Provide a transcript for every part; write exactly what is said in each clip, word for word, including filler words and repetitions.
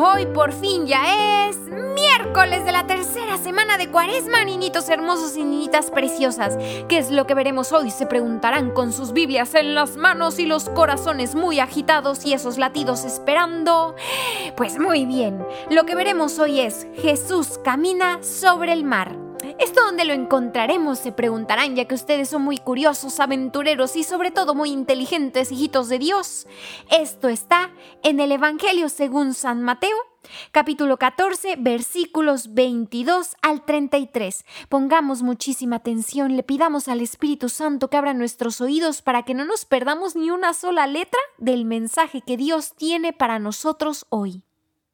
Hoy por fin ya es miércoles de la tercera semana de Cuaresma, niñitos hermosos y niñitas preciosas. ¿Qué es lo que veremos hoy? Se preguntarán con sus Biblias en las manos y los corazones muy agitados y esos latidos esperando. Pues muy bien, lo que veremos hoy es Jesús camina sobre el mar. ¿Esto dónde lo encontraremos? Se preguntarán, ya que ustedes son muy curiosos, aventureros y sobre todo muy inteligentes, hijitos de Dios. Esto está en el Evangelio según San Mateo, capítulo catorce, versículos veintidós al treinta y tres. Pongamos muchísima atención, le pidamos al Espíritu Santo que abra nuestros oídos para que no nos perdamos ni una sola letra del mensaje que Dios tiene para nosotros hoy.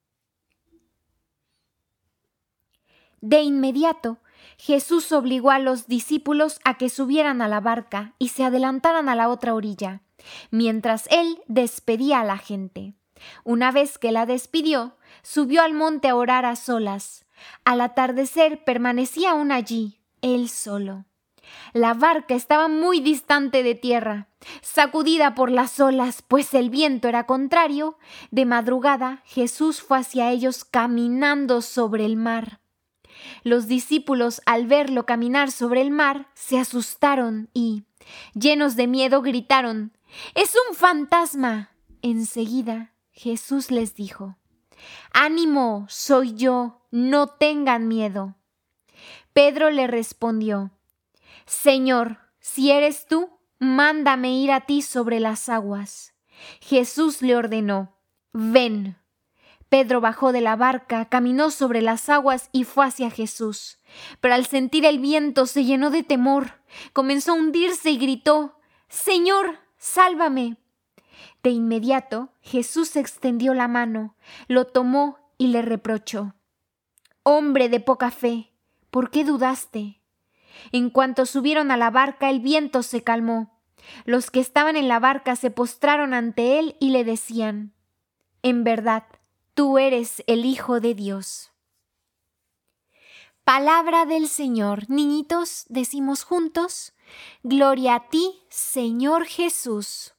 De inmediato, Jesús obligó a los discípulos a que subieran a la barca y se adelantaran a la otra orilla, mientras él despedía a la gente. Una vez que la despidió, subió al monte a orar a solas. Al atardecer permanecía aún allí, él solo. La barca estaba muy distante de tierra, sacudida por las olas, pues el viento era contrario. De madrugada, Jesús fue hacia ellos caminando sobre el mar. Los discípulos, al verlo caminar sobre el mar, se asustaron y, llenos de miedo, gritaron: ¡Es un fantasma! Enseguida, Jesús les dijo: ¡Ánimo, soy yo! ¡No tengan miedo! Pedro le respondió: Señor, si eres tú, mándame ir a ti sobre las aguas. Jesús le ordenó: ven. Pedro bajó de la barca, caminó sobre las aguas y fue hacia Jesús. Pero al sentir el viento se llenó de temor, comenzó a hundirse y gritó: Señor, sálvame. De inmediato Jesús extendió la mano, lo tomó y le reprochó: Hombre de poca fe, ¿por qué dudaste? En cuanto subieron a la barca, el viento se calmó. Los que estaban en la barca se postraron ante él y le decían: En verdad, tú eres el Hijo de Dios. Palabra del Señor. Niñitos, decimos juntos: Gloria a ti, Señor Jesús.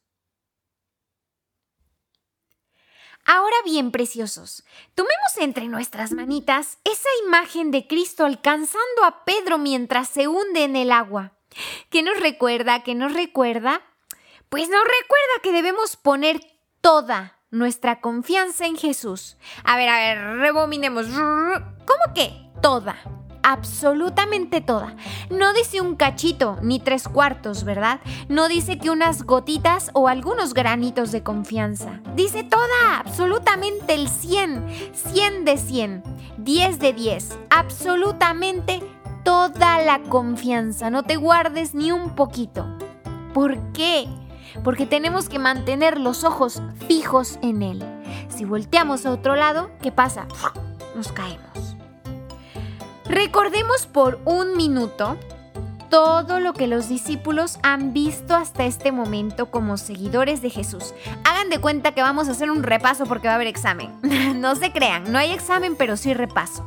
Ahora bien, preciosos, tomemos entre nuestras manitas esa imagen de Cristo alcanzando a Pedro mientras se hunde en el agua. ¿Qué nos recuerda? ¿Qué nos recuerda? Pues nos recuerda que debemos poner toda nuestra confianza en Jesús. A ver, a ver, rebobinemos. ¿Cómo que? Toda. Absolutamente toda. No dice un cachito ni tres cuartos, ¿verdad? No dice que unas gotitas o algunos granitos de confianza. Dice toda, absolutamente el cien. Cien de cien. Diez de diez. Absolutamente toda la confianza. No te guardes ni un poquito. ¿Por qué? Porque tenemos que mantener los ojos fijos en Él. Si volteamos a otro lado, ¿qué pasa? Nos caemos. Recordemos por un minuto todo lo que los discípulos han visto hasta este momento como seguidores de Jesús. Hagan de cuenta que vamos a hacer un repaso porque va a haber examen. No se crean, no hay examen, pero sí repaso.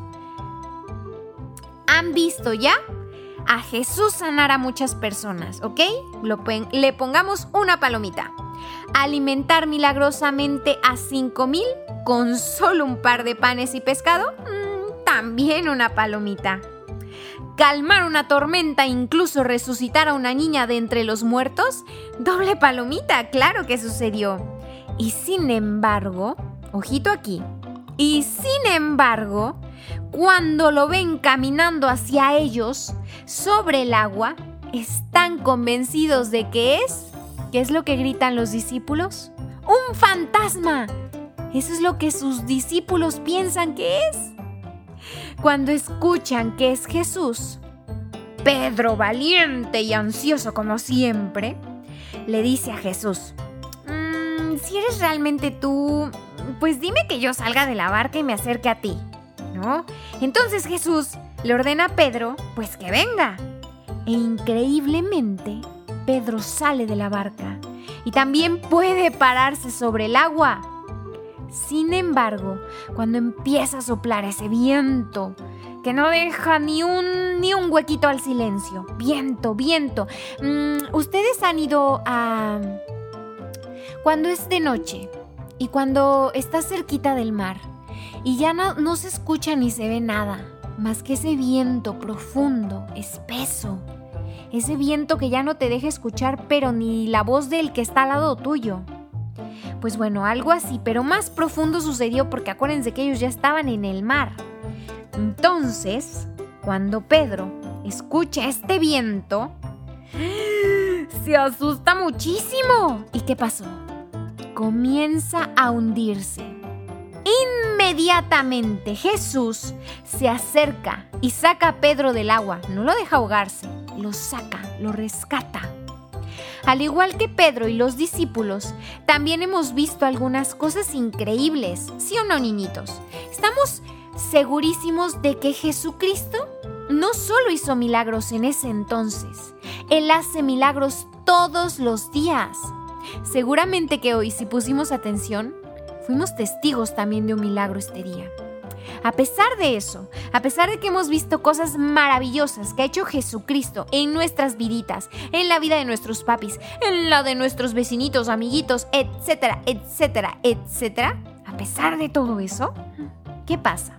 ¿Han visto ya a Jesús sanar a muchas personas, ok? Lo, le pongamos una palomita. Alimentar milagrosamente a cinco mil con solo un par de panes y pescado, mmm, también una palomita. Calmar una tormenta e incluso resucitar a una niña de entre los muertos, doble palomita, claro que sucedió. Y sin embargo, ojito aquí, y sin embargo, cuando lo ven caminando hacia ellos sobre el agua, están convencidos de que es, ¿qué es lo que gritan los discípulos? ¡Un fantasma! Eso es lo que sus discípulos piensan que es. Cuando escuchan que es Jesús, Pedro, valiente y ansioso como siempre, le dice a Jesús: mmm, si eres realmente tú, pues dime que yo salga de la barca y me acerque a ti, ¿no? Entonces Jesús le ordena a Pedro, pues que venga. E increíblemente, Pedro sale de la barca y también puede pararse sobre el agua. Sin embargo, cuando empieza a soplar ese viento que no deja ni un, ni un huequito al silencio, viento, viento. Mm, ¿Ustedes han ido a... cuando es de noche y cuando estás cerquita del mar y ya no, no se escucha ni se ve nada, más que ese viento profundo, espeso, ese viento que ya no te deja escuchar pero ni la voz del que está al lado tuyo. Pues bueno, algo así, pero más profundo sucedió porque acuérdense que ellos ya estaban en el mar. Entonces, cuando Pedro escucha este viento, se asusta muchísimo. ¿Y qué pasó? Comienza a hundirse. Inmediatamente Jesús se acerca y saca a Pedro del agua. No lo deja ahogarse, lo saca, lo rescata. Al igual que Pedro y los discípulos, también hemos visto algunas cosas increíbles, ¿sí o no, niñitos? Estamos segurísimos de que Jesucristo no solo hizo milagros en ese entonces, Él hace milagros todos los días. Seguramente que hoy, si pusimos atención, fuimos testigos también de un milagro este día. A pesar de eso, a pesar de que hemos visto cosas maravillosas que ha hecho Jesucristo en nuestras viditas, en la vida de nuestros papis, en la de nuestros vecinitos, amiguitos, etcétera, etcétera, etcétera, a pesar de todo eso, ¿qué pasa?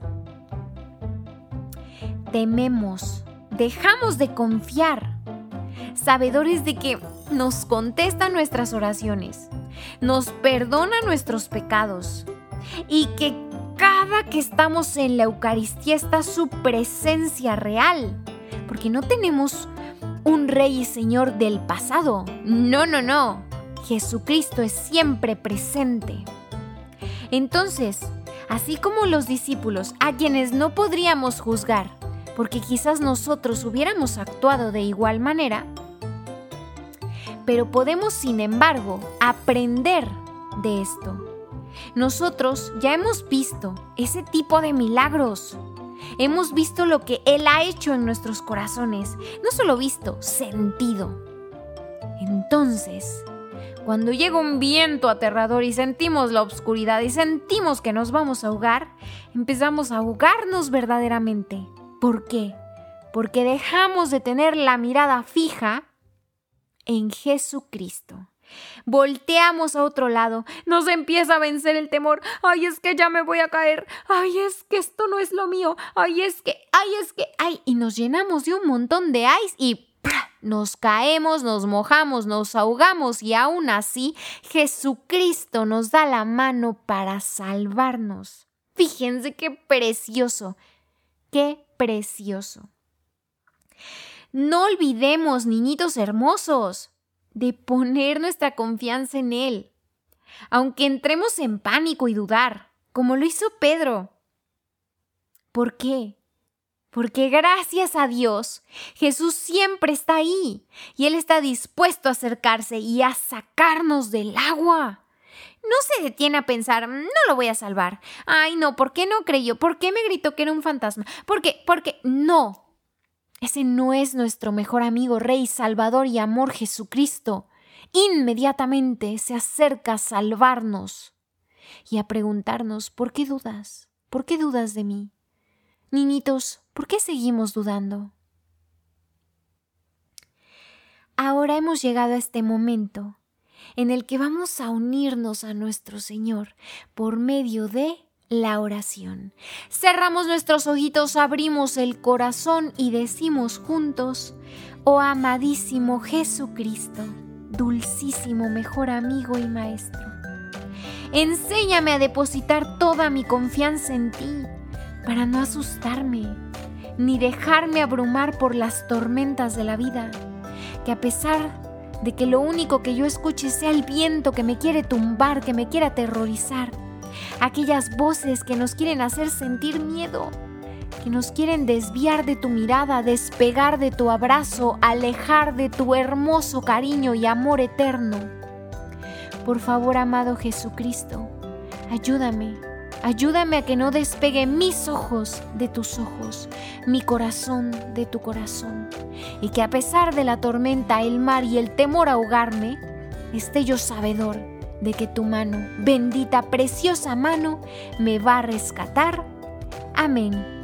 Tememos, dejamos de confiar, sabedores de que nos contesta nuestras oraciones, nos perdona nuestros pecados y que cada que estamos en la Eucaristía está su presencia real, porque no tenemos un Rey y Señor del pasado. No, no, no. Jesucristo es siempre presente. Entonces, así como los discípulos, a quienes no podríamos juzgar, porque quizás nosotros hubiéramos actuado de igual manera, pero podemos, sin embargo, aprender de esto. Nosotros ya hemos visto ese tipo de milagros. Hemos visto lo que Él ha hecho en nuestros corazones. No solo visto, sentido. Entonces, cuando llega un viento aterrador y sentimos la oscuridad y sentimos que nos vamos a ahogar, empezamos a ahogarnos verdaderamente. ¿Por qué? Porque dejamos de tener la mirada fija en Jesucristo. Volteamos a otro lado, nos empieza a vencer el temor. Ay, es que ya me voy a caer. Ay, es que esto no es lo mío. Ay, es que, ay, es que, ay. Y nos llenamos de un montón de ice y ¡prá! Nos caemos, nos mojamos, nos ahogamos y aún así Jesucristo nos da la mano para salvarnos. Fíjense qué precioso, qué precioso. No olvidemos, niñitos hermosos, de poner nuestra confianza en Él, aunque entremos en pánico y dudar, como lo hizo Pedro. ¿Por qué? Porque gracias a Dios, Jesús siempre está ahí y Él está dispuesto a acercarse y a sacarnos del agua. No se detiene a pensar, no lo voy a salvar. Ay, no, ¿por qué no creyó? ¿Por qué me gritó que era un fantasma? ¿Por qué? Porque no. Ese no es nuestro mejor amigo, Rey, Salvador y Amor Jesucristo. Inmediatamente se acerca a salvarnos y a preguntarnos, ¿por qué dudas? ¿Por qué dudas de mí? Niñitos, ¿por qué seguimos dudando? Ahora hemos llegado a este momento en el que vamos a unirnos a nuestro Señor por medio de la oración. Cerramos nuestros ojitos, abrimos el corazón y decimos juntos: oh amadísimo Jesucristo, dulcísimo mejor amigo y maestro, enséñame a depositar toda mi confianza en ti para no asustarme ni dejarme abrumar por las tormentas de la vida, que a pesar de que lo único que yo escuche sea el viento que me quiere tumbar, que me quiere aterrorizar, aquellas voces que nos quieren hacer sentir miedo, que nos quieren desviar de tu mirada, despegar de tu abrazo, alejar de tu hermoso cariño y amor eterno. Por favor, amado Jesucristo, ayúdame, ayúdame a que no despegue mis ojos de tus ojos, mi corazón de tu corazón, y que a pesar de la tormenta, el mar y el temor a ahogarme, esté yo sabedor de que tu mano, bendita, preciosa mano, me va a rescatar. Amén.